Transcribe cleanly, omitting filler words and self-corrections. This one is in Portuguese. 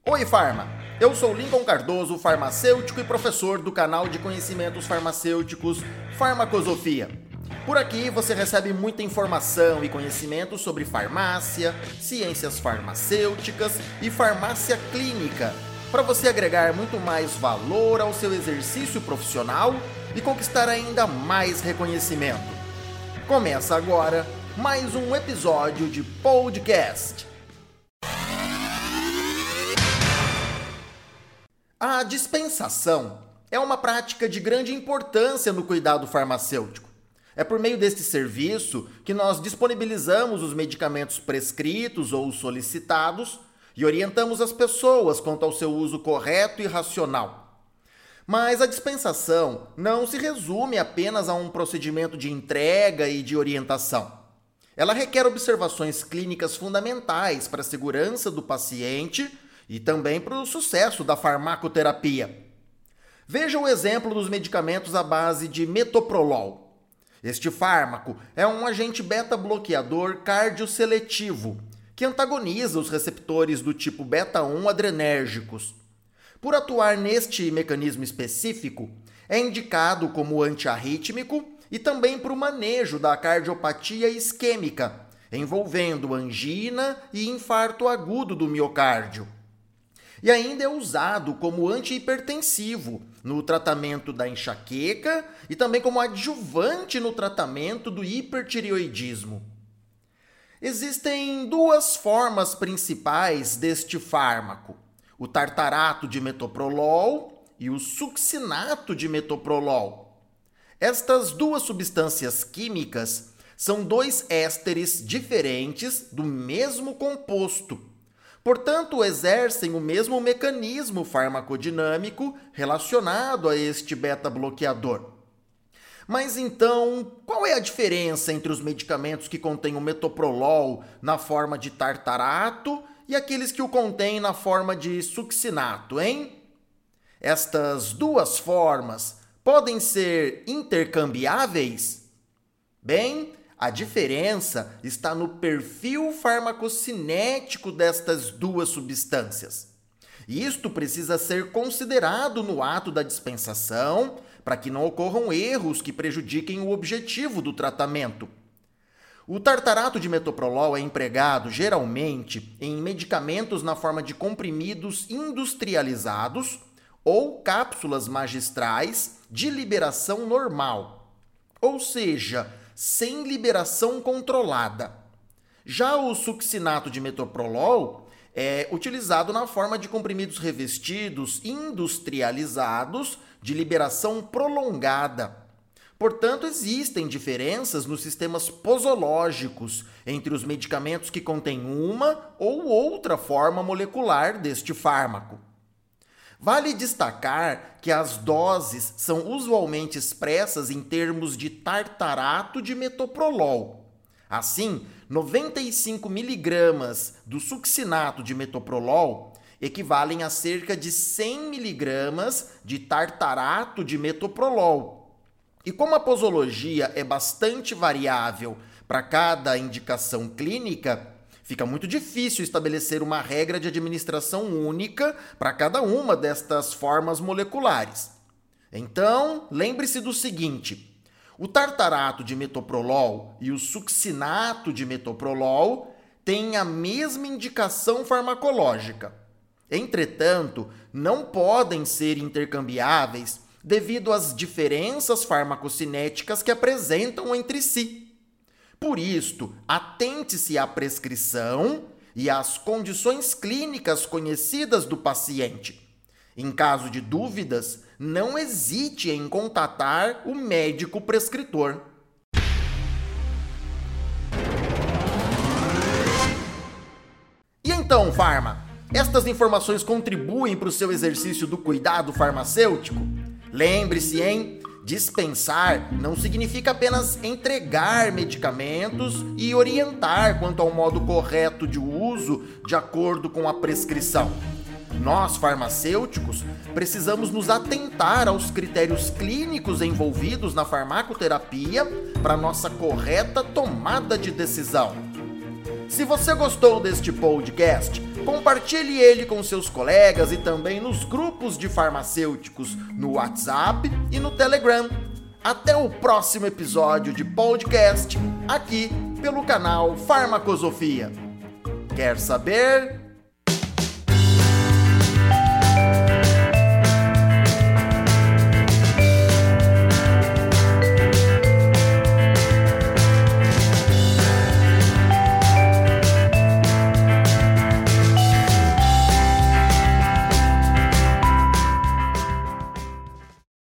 Oi, Farma! Eu sou Lincoln Cardoso, farmacêutico e professor do canal de conhecimentos farmacêuticos Farmacosofia. Por aqui você recebe muita informação e conhecimento sobre farmácia, ciências farmacêuticas e farmácia clínica, para você agregar muito mais valor ao seu exercício profissional e conquistar ainda mais reconhecimento. Começa agora mais um episódio de podcast. A dispensação é uma prática de grande importância no cuidado farmacêutico. É por meio deste serviço que nós disponibilizamos os medicamentos prescritos ou solicitados e orientamos as pessoas quanto ao seu uso correto e racional. Mas a dispensação não se resume apenas a um procedimento de entrega e de orientação. Ela requer observações clínicas fundamentais para a segurança do paciente e também para o sucesso da farmacoterapia. Veja o exemplo dos medicamentos à base de metoprolol. Este fármaco é um agente beta-bloqueador cardioseletivo que antagoniza os receptores do tipo beta-1 adrenérgicos. Por atuar neste mecanismo específico, é indicado como antiarrítmico e também para o manejo da cardiopatia isquêmica, envolvendo angina e infarto agudo do miocárdio. E ainda é usado como antihipertensivo no tratamento da enxaqueca e também como adjuvante no tratamento do hipertireoidismo. Existem duas formas principais deste fármaco: o tartarato de metoprolol e o succinato de metoprolol. Estas duas substâncias químicas são dois ésteres diferentes do mesmo composto. Portanto, exercem o mesmo mecanismo farmacodinâmico relacionado a este beta-bloqueador. Mas então, qual é a diferença entre os medicamentos que contêm o metoprolol na forma de tartarato e aqueles que o contêm na forma de succinato, hein? Estas duas formas podem ser intercambiáveis? Bem, a diferença está no perfil farmacocinético destas duas substâncias. Isto precisa ser considerado no ato da dispensação para que não ocorram erros que prejudiquem o objetivo do tratamento. O tartarato de metoprolol é empregado geralmente em medicamentos na forma de comprimidos industrializados ou cápsulas magistrais de liberação normal, ou seja, sem liberação controlada. Já o succinato de metoprolol é utilizado na forma de comprimidos revestidos industrializados de liberação prolongada. Portanto, existem diferenças nos sistemas posológicos entre os medicamentos que contêm uma ou outra forma molecular deste fármaco. Vale destacar que as doses são usualmente expressas em termos de tartarato de metoprolol. Assim, 95 mg do succinato de metoprolol equivalem a cerca de 100 mg de tartarato de metoprolol. E como a posologia é bastante variável para cada indicação clínica, fica muito difícil estabelecer uma regra de administração única para cada uma destas formas moleculares. Então, lembre-se do seguinte: o tartarato de metoprolol e o succinato de metoprolol têm a mesma indicação farmacológica. Entretanto, não podem ser intercambiáveis devido às diferenças farmacocinéticas que apresentam entre si. Por isto, atente-se à prescrição e às condições clínicas conhecidas do paciente. Em caso de dúvidas, não hesite em contatar o médico prescritor. E então, Farma, estas informações contribuem para o seu exercício do cuidado farmacêutico? Lembre-se, hein? Dispensar não significa apenas entregar medicamentos e orientar quanto ao modo correto de uso de acordo com a prescrição. Nós, farmacêuticos, precisamos nos atentar aos critérios clínicos envolvidos na farmacoterapia para nossa correta tomada de decisão. Se você gostou deste podcast, compartilhe ele com seus colegas e também nos grupos de farmacêuticos no WhatsApp e no Telegram. Até o próximo episódio de podcast, aqui pelo canal Farmacosofia. Quer saber?